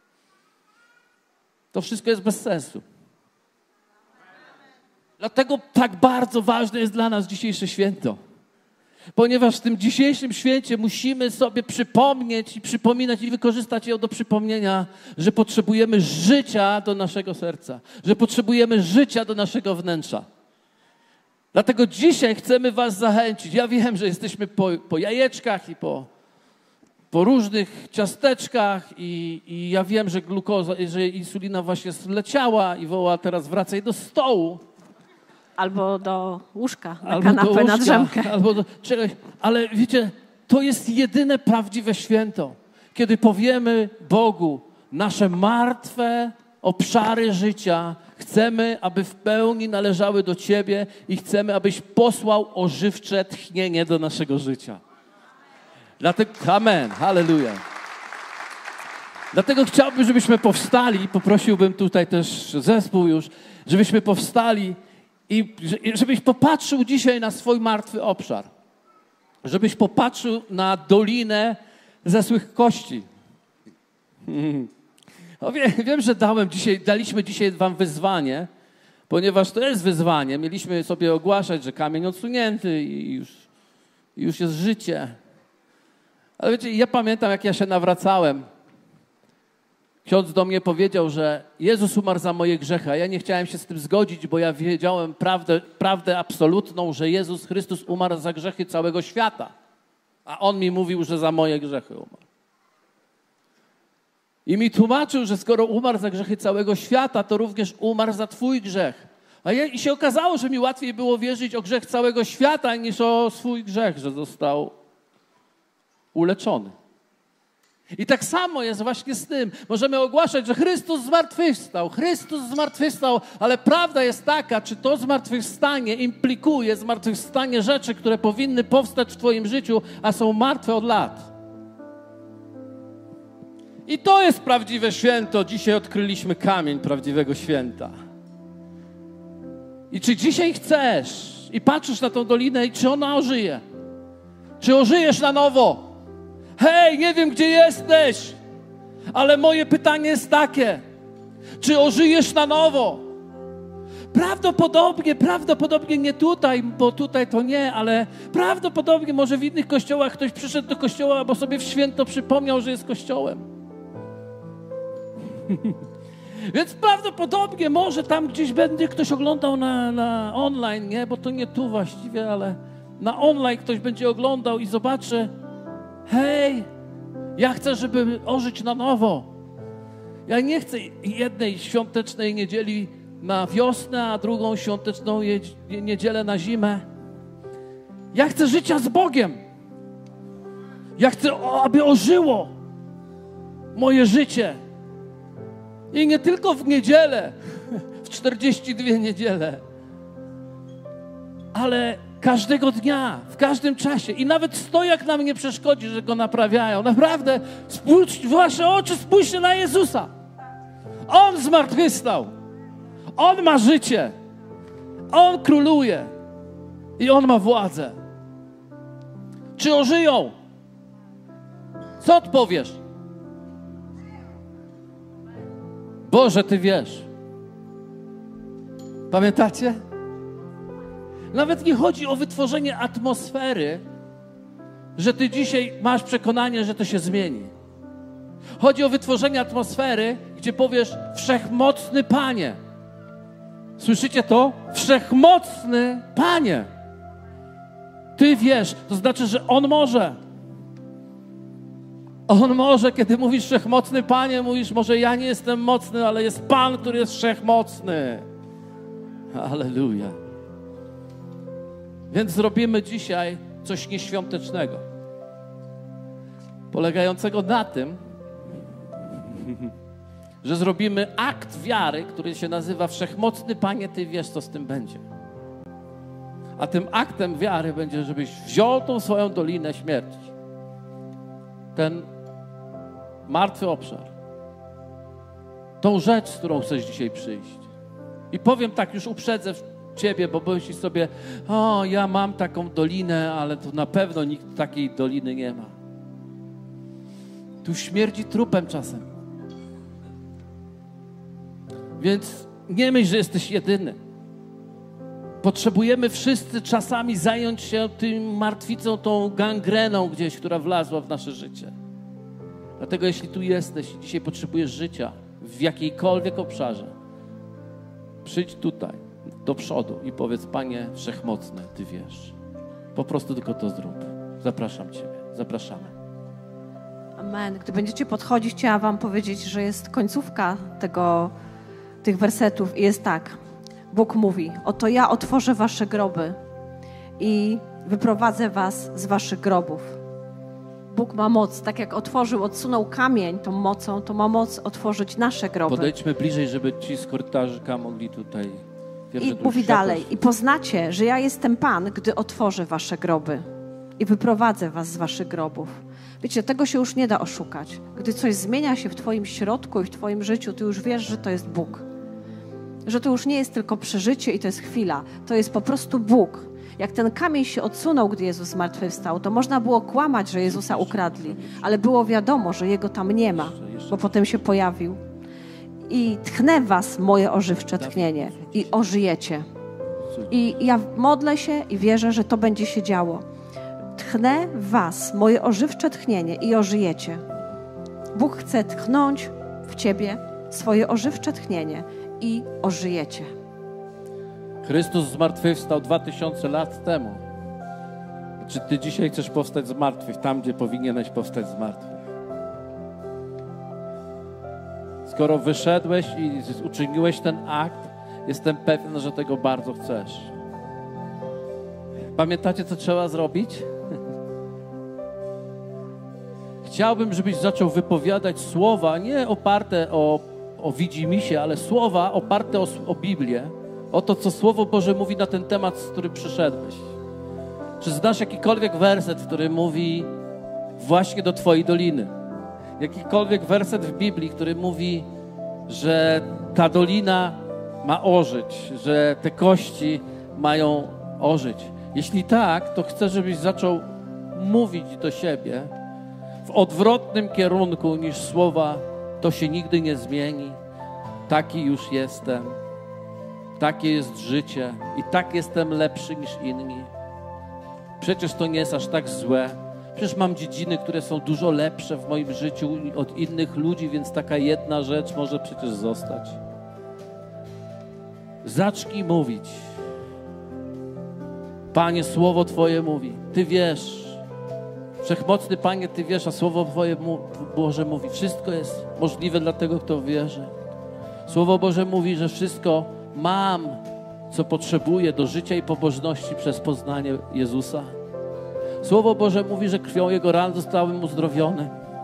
to wszystko jest bez sensu. Dlatego tak bardzo ważne jest dla nas dzisiejsze święto. Ponieważ w tym dzisiejszym święcie musimy sobie przypomnieć i przypominać i wykorzystać ją do przypomnienia, że potrzebujemy życia do naszego serca, że potrzebujemy życia do naszego wnętrza. Dlatego dzisiaj chcemy was zachęcić. Ja wiem, że jesteśmy po, po jajeczkach i po, po różnych ciasteczkach i, i ja wiem, że glukoza, że insulina właśnie zleciała i woła teraz wracaj do stołu. Albo do łóżka, na albo kanapę, do łóżka, na drzemkę. Albo do czegoś. Ale wiecie, to jest jedyne prawdziwe święto, kiedy powiemy Bogu, nasze martwe obszary życia chcemy, aby w pełni należały do Ciebie i chcemy, abyś posłał ożywcze tchnienie do naszego życia. Dlatego, amen, halleluja. Dlatego chciałbym, żebyśmy powstali, poprosiłbym tutaj też zespół już, żebyśmy powstali i żebyś popatrzył dzisiaj na swój martwy obszar. Żebyś popatrzył na dolinę zesłych kości. No wiem, wiem, że dałem dzisiaj, daliśmy dzisiaj wam wyzwanie, ponieważ to jest wyzwanie. Mieliśmy sobie ogłaszać, że kamień odsunięty i już, i już jest życie. Ale wiecie, ja pamiętam, jak ja się nawracałem. Ksiądz do mnie powiedział, że Jezus umarł za moje grzechy, a ja nie chciałem się z tym zgodzić, bo ja wiedziałem prawdę, prawdę absolutną, że Jezus Chrystus umarł za grzechy całego świata. A On mi mówił, że za moje grzechy umarł. I mi tłumaczył, że skoro umarł za grzechy całego świata, to również umarł za twój grzech. A ja, i się okazało, że mi łatwiej było wierzyć o grzech całego świata, niż o swój grzech, że został uleczony. I tak samo jest właśnie z tym. Możemy ogłaszać, że Chrystus zmartwychwstał, Chrystus zmartwychwstał, ale prawda jest taka, czy to zmartwychwstanie implikuje zmartwychwstanie rzeczy, które powinny powstać w twoim życiu, a są martwe od lat. I to jest prawdziwe święto. Dzisiaj odkryliśmy kamień prawdziwego święta. I czy dzisiaj chcesz i patrzysz na tą dolinę i czy ona ożyje? Czy ożyjesz na nowo? Hej, nie wiem, gdzie jesteś, ale moje pytanie jest takie. Czy ożyjesz na nowo? Prawdopodobnie, prawdopodobnie nie tutaj, bo tutaj to nie, ale prawdopodobnie może w innych kościołach ktoś przyszedł do kościoła, bo sobie w święto przypomniał, że jest kościołem. Więc prawdopodobnie może tam gdzieś będzie ktoś oglądał na, na online, nie? Bo to nie tu właściwie, ale na online ktoś będzie oglądał i zobaczy, hej, ja chcę, żeby ożyć na nowo. Ja nie chcę jednej świątecznej niedzieli na wiosnę, a drugą świąteczną niedzielę na zimę. Ja chcę życia z Bogiem. Ja chcę, aby ożyło moje życie. I nie tylko w niedzielę, w czterdzieści dwie niedziele, ale każdego dnia, w każdym czasie. I nawet stojak nam nie przeszkodzi, że go naprawiają. Naprawdę, spójrz w wasze oczy, spójrzcie na Jezusa. On zmartwychwstał. On ma życie. On króluje. I On ma władzę. Czy ożyją? Co odpowiesz? Boże, Ty wiesz. Pamiętacie? Nawet nie chodzi o wytworzenie atmosfery, że Ty dzisiaj masz przekonanie, że to się zmieni. Chodzi o wytworzenie atmosfery, gdzie powiesz: Wszechmocny Panie. Słyszycie to? Wszechmocny Panie. Ty wiesz, to znaczy, że On może. On może, kiedy mówisz Wszechmocny Panie, mówisz: może ja nie jestem mocny, ale jest Pan, który jest wszechmocny. Halleluja. Więc zrobimy dzisiaj coś nieświątecznego, polegającego na tym, że zrobimy akt wiary, który się nazywa Wszechmocny Panie, Ty wiesz, co z tym będzie. A tym aktem wiary będzie, żebyś wziął tą swoją dolinę śmierci, ten martwy obszar, tą rzecz, z którą chcesz dzisiaj przyjść. I powiem tak, już uprzedzę Ciebie, bo myślisz sobie: o, ja mam taką dolinę, ale to na pewno nikt takiej doliny nie ma. Tu śmierdzi trupem czasem. Więc nie myśl, że jesteś jedyny. Potrzebujemy wszyscy czasami zająć się tym martwicą, tą gangreną gdzieś, która wlazła w nasze życie. Dlatego jeśli tu jesteś i dzisiaj potrzebujesz życia w jakiejkolwiek obszarze, przyjdź tutaj, do przodu i powiedz: Panie Wszechmocny, Ty wiesz. Po prostu tylko to zrób. Zapraszam Ciebie. Zapraszamy. Amen. Gdy będziecie podchodzić, chciałam wam powiedzieć, że jest końcówka tego, tych wersetów i jest tak. Bóg mówi: oto ja otworzę wasze groby i wyprowadzę was z waszych grobów. Bóg ma moc, tak jak otworzył, odsunął kamień tą mocą, to ma moc otworzyć nasze groby. Podejdźmy bliżej, żeby ci z korytarzyka mogli tutaj... Wiem, I mówi dalej: i poznacie, że ja jestem Pan, gdy otworzę wasze groby i wyprowadzę was z waszych grobów. Wiecie, tego się już nie da oszukać. Gdy coś zmienia się w twoim środku i w twoim życiu, ty już wiesz, że to jest Bóg. Że to już nie jest tylko przeżycie i to jest chwila. To jest po prostu Bóg. Jak ten kamień się odsunął, gdy Jezus zmartwychwstał, to można było kłamać, że Jezusa ukradli, ale było wiadomo, że Jego tam nie ma, bo potem się pojawił. I tchnę was moje ożywcze tchnienie i ożyjecie. I ja modlę się i wierzę, że to będzie się działo. Tchnę was moje ożywcze tchnienie i ożyjecie. Bóg chce tchnąć w ciebie swoje ożywcze tchnienie i ożyjecie. Chrystus zmartwychwstał dwa tysiące lat temu. Czy ty dzisiaj chcesz powstać z martwych, tam gdzie powinieneś powstać z martwych? Skoro wyszedłeś i uczyniłeś ten akt, jestem pewien, że tego bardzo chcesz. Pamiętacie, co trzeba zrobić? Chciałbym, żebyś zaczął wypowiadać słowa, nie oparte o, o widzimisię, ale słowa oparte o, o Biblię, o to, co Słowo Boże mówi na ten temat, z którym przyszedłeś. Czy znasz jakikolwiek werset, który mówi właśnie do twojej doliny? Jakikolwiek werset w Biblii, który mówi, że ta dolina ma ożyć, że te kości mają ożyć? Jeśli tak, to chcę, żebyś zaczął mówić do siebie w odwrotnym kierunku niż słowa to się nigdy nie zmieni, taki już jestem, takie jest życie i tak jestem lepszy niż inni. Przecież to nie jest aż tak złe. Przecież mam dziedziny, które są dużo lepsze w moim życiu od innych ludzi, więc taka jedna rzecz może przecież zostać. Zacznij mówić. Panie, Słowo Twoje mówi. Ty wiesz. Wszechmocny Panie, Ty wiesz, a Słowo Twoje Boże mówi. Wszystko jest możliwe dla tego, kto wierzy. Słowo Boże mówi, że wszystko mam, co potrzebuję do życia i pobożności przez poznanie Jezusa. Słowo Boże mówi, że krwią Jego ran zostałem uzdrowiony.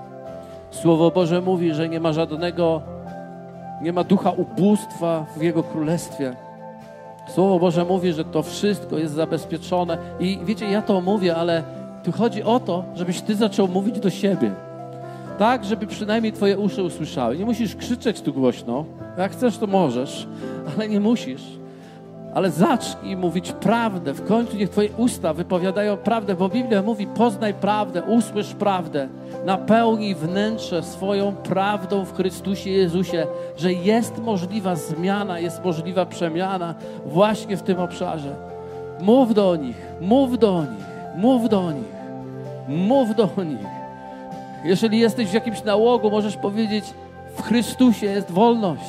Słowo Boże mówi, że nie ma żadnego, nie ma ducha ubóstwa w Jego królestwie. Słowo Boże mówi, że to wszystko jest zabezpieczone. I wiecie, ja to mówię, ale tu chodzi o to, żebyś ty zaczął mówić do siebie. Tak, żeby przynajmniej twoje uszy usłyszały. Nie musisz krzyczeć tu głośno. Jak chcesz, to możesz, ale nie musisz. Ale zacznij mówić prawdę. W końcu niech twoje usta wypowiadają prawdę, bo Biblia mówi: poznaj prawdę, usłysz prawdę. Napełnij wnętrze swoją prawdą w Chrystusie Jezusie, że jest możliwa zmiana, jest możliwa przemiana właśnie w tym obszarze. Mów do nich, mów do nich, mów do nich, mów do nich. Jeżeli jesteś w jakimś nałogu, możesz powiedzieć: w Chrystusie jest wolność.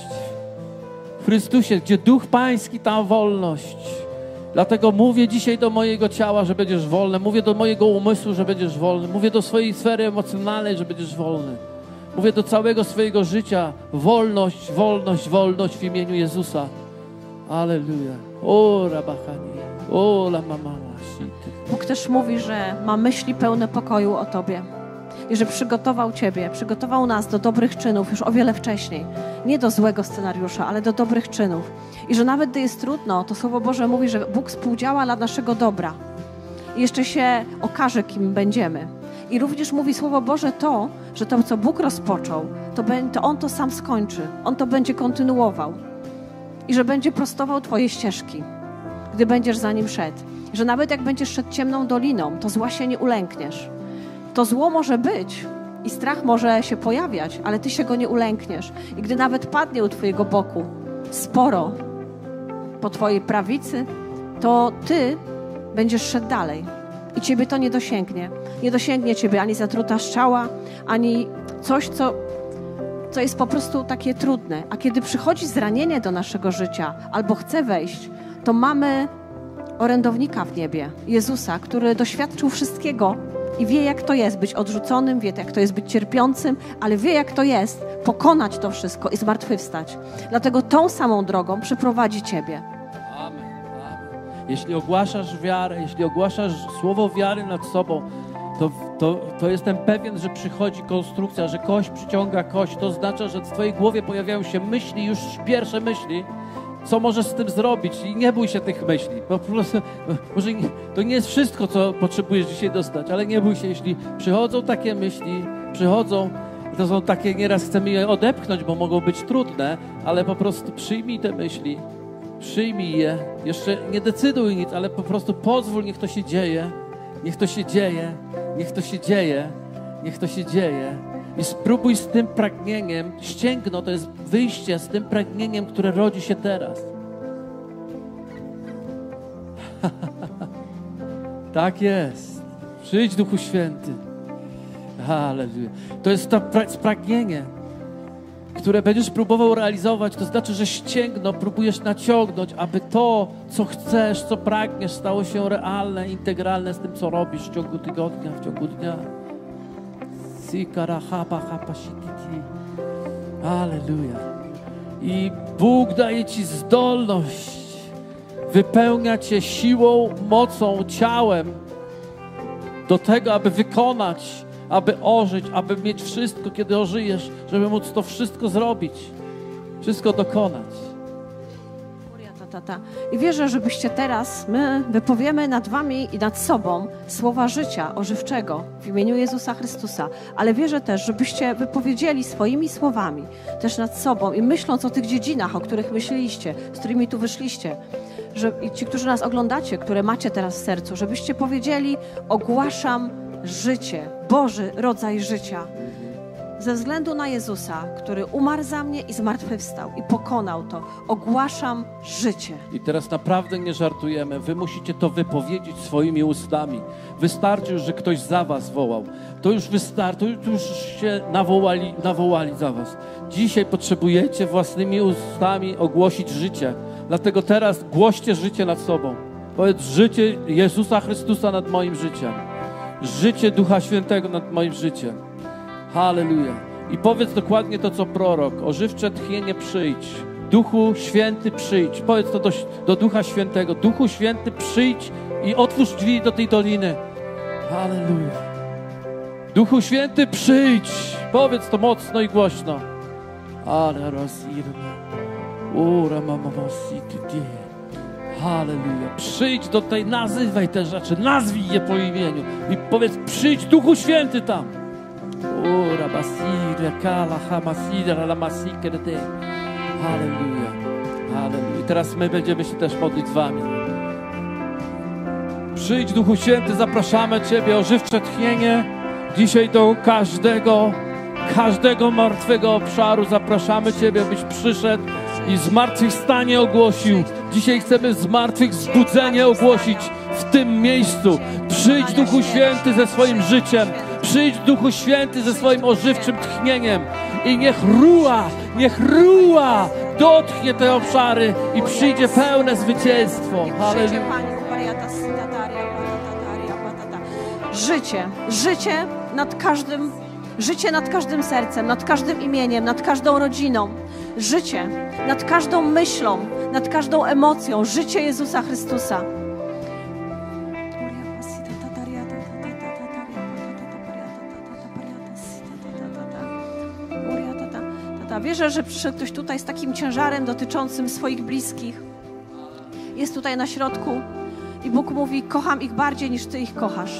W Chrystusie, gdzie Duch Pański, tam wolność. Dlatego mówię dzisiaj do mojego ciała, że będziesz wolny. Mówię do mojego umysłu, że będziesz wolny. Mówię do swojej sfery emocjonalnej, że będziesz wolny. Mówię do całego swojego życia: wolność, wolność, wolność w imieniu Jezusa. Alleluja. O, rabachani. O, la mama. Bóg też mówi, że ma myśli pełne pokoju o Tobie. I że przygotował Ciebie, przygotował nas do dobrych czynów już o wiele wcześniej. Nie do złego scenariusza, ale do dobrych czynów. I że nawet gdy jest trudno, to Słowo Boże mówi, że Bóg współdziała dla naszego dobra. I jeszcze się okaże, kim będziemy. I również mówi Słowo Boże to, że to, co Bóg rozpoczął, to, to On to sam skończy. On to będzie kontynuował. I że będzie prostował Twoje ścieżki, gdy będziesz za Nim szedł. Że nawet jak będziesz szedł ciemną doliną, to zła się nie ulękniesz. To zło może być i strach może się pojawiać, ale Ty się go nie ulękniesz. I gdy nawet padnie u Twojego boku sporo po Twojej prawicy, to Ty będziesz szedł dalej i Ciebie to nie dosięgnie. Nie dosięgnie Ciebie ani zatruta strzała, ani coś, co, co jest po prostu takie trudne. A kiedy przychodzi zranienie do naszego życia albo chce wejść, to mamy orędownika w niebie, Jezusa, który doświadczył wszystkiego i wie, jak to jest być odrzuconym, wie, jak to jest być cierpiącym, ale wie, jak to jest pokonać to wszystko i zmartwychwstać. Dlatego tą samą drogą przyprowadzi Ciebie. Amen. Amen. Jeśli ogłaszasz wiarę, jeśli ogłaszasz słowo wiary nad sobą, to, to, to jestem pewien, że przychodzi konstrukcja, że kość przyciąga kość. To oznacza, że w Twojej głowie pojawiają się myśli, już pierwsze myśli, co możesz z tym zrobić i nie bój się tych myśli. Po prostu, może nie, to nie jest wszystko, co potrzebujesz dzisiaj dostać, ale nie bój się, jeśli przychodzą takie myśli, przychodzą, to są takie, nieraz chcemy je odepchnąć, bo mogą być trudne, ale po prostu przyjmij te myśli, przyjmij je, jeszcze nie decyduj nic, ale po prostu pozwól, niech to się dzieje, niech to się dzieje, niech to się dzieje, niech to się dzieje. I spróbuj z tym pragnieniem, ścięgno to jest wyjście z tym pragnieniem, które rodzi się teraz. Tak jest. Przyjdź, Duchu Święty. Halleluja. To jest to pragnienie, które będziesz próbował realizować. To znaczy, że ścięgno próbujesz naciągnąć, aby to, co chcesz, co pragniesz, stało się realne, integralne z tym, co robisz w ciągu tygodnia, w ciągu dnia. Halleluja. I Bóg daje ci zdolność, wypełnia cię siłą, mocą, ciałem do tego, aby wykonać, aby ożyć, aby mieć wszystko, kiedy ożyjesz, żeby móc to wszystko zrobić, wszystko dokonać. I wierzę, żebyście teraz, my wypowiemy nad wami i nad sobą słowa życia ożywczego w imieniu Jezusa Chrystusa, ale wierzę też, żebyście wypowiedzieli swoimi słowami też nad sobą i myśląc o tych dziedzinach, o których myśleliście, z którymi tu wyszliście, że i ci, którzy nas oglądacie, które macie teraz w sercu, żebyście powiedzieli: ogłaszam życie, Boży rodzaj życia. Ze względu na Jezusa, który umarł za mnie i zmartwychwstał i pokonał to, ogłaszam życie. I teraz naprawdę nie żartujemy. Wy musicie to wypowiedzieć swoimi ustami. Wystarczy już, że ktoś za was wołał. To już wystarczy, to już się nawołali, nawołali za was. Dzisiaj potrzebujecie własnymi ustami ogłosić życie. Dlatego teraz głoście życie nad sobą. Powiedz: życie Jezusa Chrystusa nad moim życiem. Życie Ducha Świętego nad moim życiem. Halleluja. I powiedz dokładnie to, co prorok. Ożywcze tchnienie, przyjdź. Duchu Święty, przyjdź. Powiedz to do, do Ducha Świętego. Duchu Święty, przyjdź i otwórz drzwi do tej doliny. Halleluja. Duchu Święty, przyjdź. Powiedz to mocno i głośno. Ale rozirna. Ura mama wasiki. Halleluja. Przyjdź do tej, nazywaj te rzeczy. Nazwij je po imieniu. I powiedz: przyjdź, Duchu Święty, tam. Ora basira kala hamasira la masikerde. Halleluja. Halleluja. I teraz my będziemy się też modlić z wami. Przyjdź, Duchu Święty, zapraszamy Ciebie, ożywcze tchnienie. Dzisiaj do każdego, każdego martwego obszaru zapraszamy Ciebie, byś przyszedł i zmartwychwstanie ogłosił. Dzisiaj chcemy zmartwychwzbudzenie ogłosić w tym miejscu. Przyjdź, Duchu Święty, ze swoim życiem. Przyjdź, Duchu Święty, ze swoim ożywczym tchnieniem i niech ruła, niech ruła dotknie te obszary i przyjdzie pełne zwycięstwo. Halleluja. Życie, życie nad każdym, życie nad każdym sercem, nad każdym imieniem, nad każdą rodziną. Życie nad każdą myślą, nad każdą emocją. Życie Jezusa Chrystusa. Wierzę, że przyszedł ktoś tutaj z takim ciężarem dotyczącym swoich bliskich. Jest tutaj na środku i Bóg mówi: kocham ich bardziej niż Ty ich kochasz.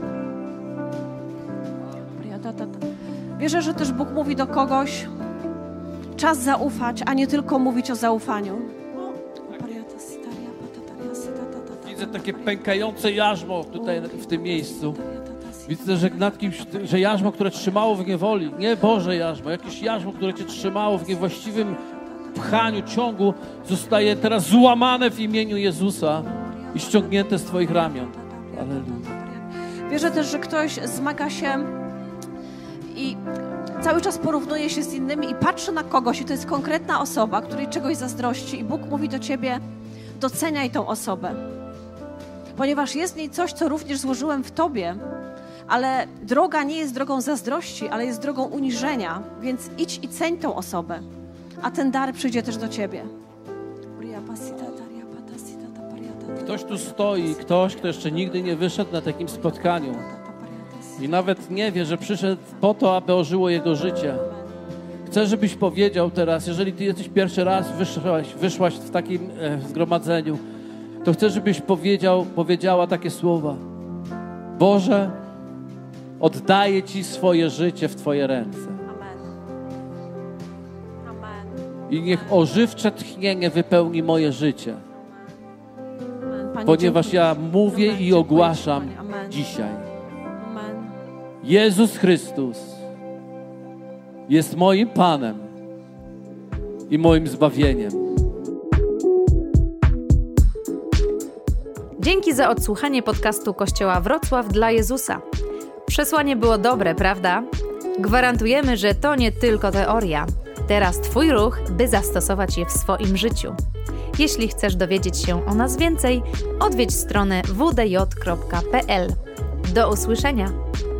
Wierzę, że też Bóg mówi do kogoś: czas zaufać, a nie tylko mówić o zaufaniu. Widzę takie pękające jarzmo tutaj w tym miejscu. Widzę, że nad kimś, że jarzmo, które trzymało w niewoli, nie Boże jarzmo, jakieś jarzmo, które Cię trzymało w niewłaściwym pchaniu, ciągu, zostaje teraz złamane w imieniu Jezusa i ściągnięte z Twoich ramion. Alleluja. Wierzę też, że ktoś zmaga się i cały czas porównuje się z innymi i patrzy na kogoś i to jest konkretna osoba, której czegoś zazdrości i Bóg mówi do Ciebie: doceniaj tą osobę, ponieważ jest w niej coś, co również złożyłem w Tobie. Ale droga nie jest drogą zazdrości, ale jest drogą uniżenia, więc idź i ceń tą osobę, a ten dar przyjdzie też do Ciebie. Ktoś tu stoi, ktoś, kto jeszcze nigdy nie wyszedł na takim spotkaniu i nawet nie wie, że przyszedł po to, aby ożyło jego życie. chcę, żebyś powiedział teraz, jeżeli ty jesteś pierwszy raz, wyszłaś, wyszłaś w takim e, zgromadzeniu, to chcę, żebyś powiedział, powiedziała takie słowa. Boże, oddaję Ci swoje życie w Twoje ręce. Amen. Amen. I niech ożywcze tchnienie wypełni moje życie. Amen. Panie, Ponieważ dziękuję. ja mówię Amen. i Dziękuję ogłaszam Ci, Panie. Amen. dzisiaj. Amen. Jezus Chrystus jest moim Panem i moim zbawieniem. Dzięki za odsłuchanie podcastu Kościoła Wrocław dla Jezusa. Przesłanie było dobre, prawda? Gwarantujemy, że to nie tylko teoria. Teraz Twój ruch, by zastosować je w swoim życiu. Jeśli chcesz dowiedzieć się o nas więcej, odwiedź stronę w d j kropka p l. Do usłyszenia!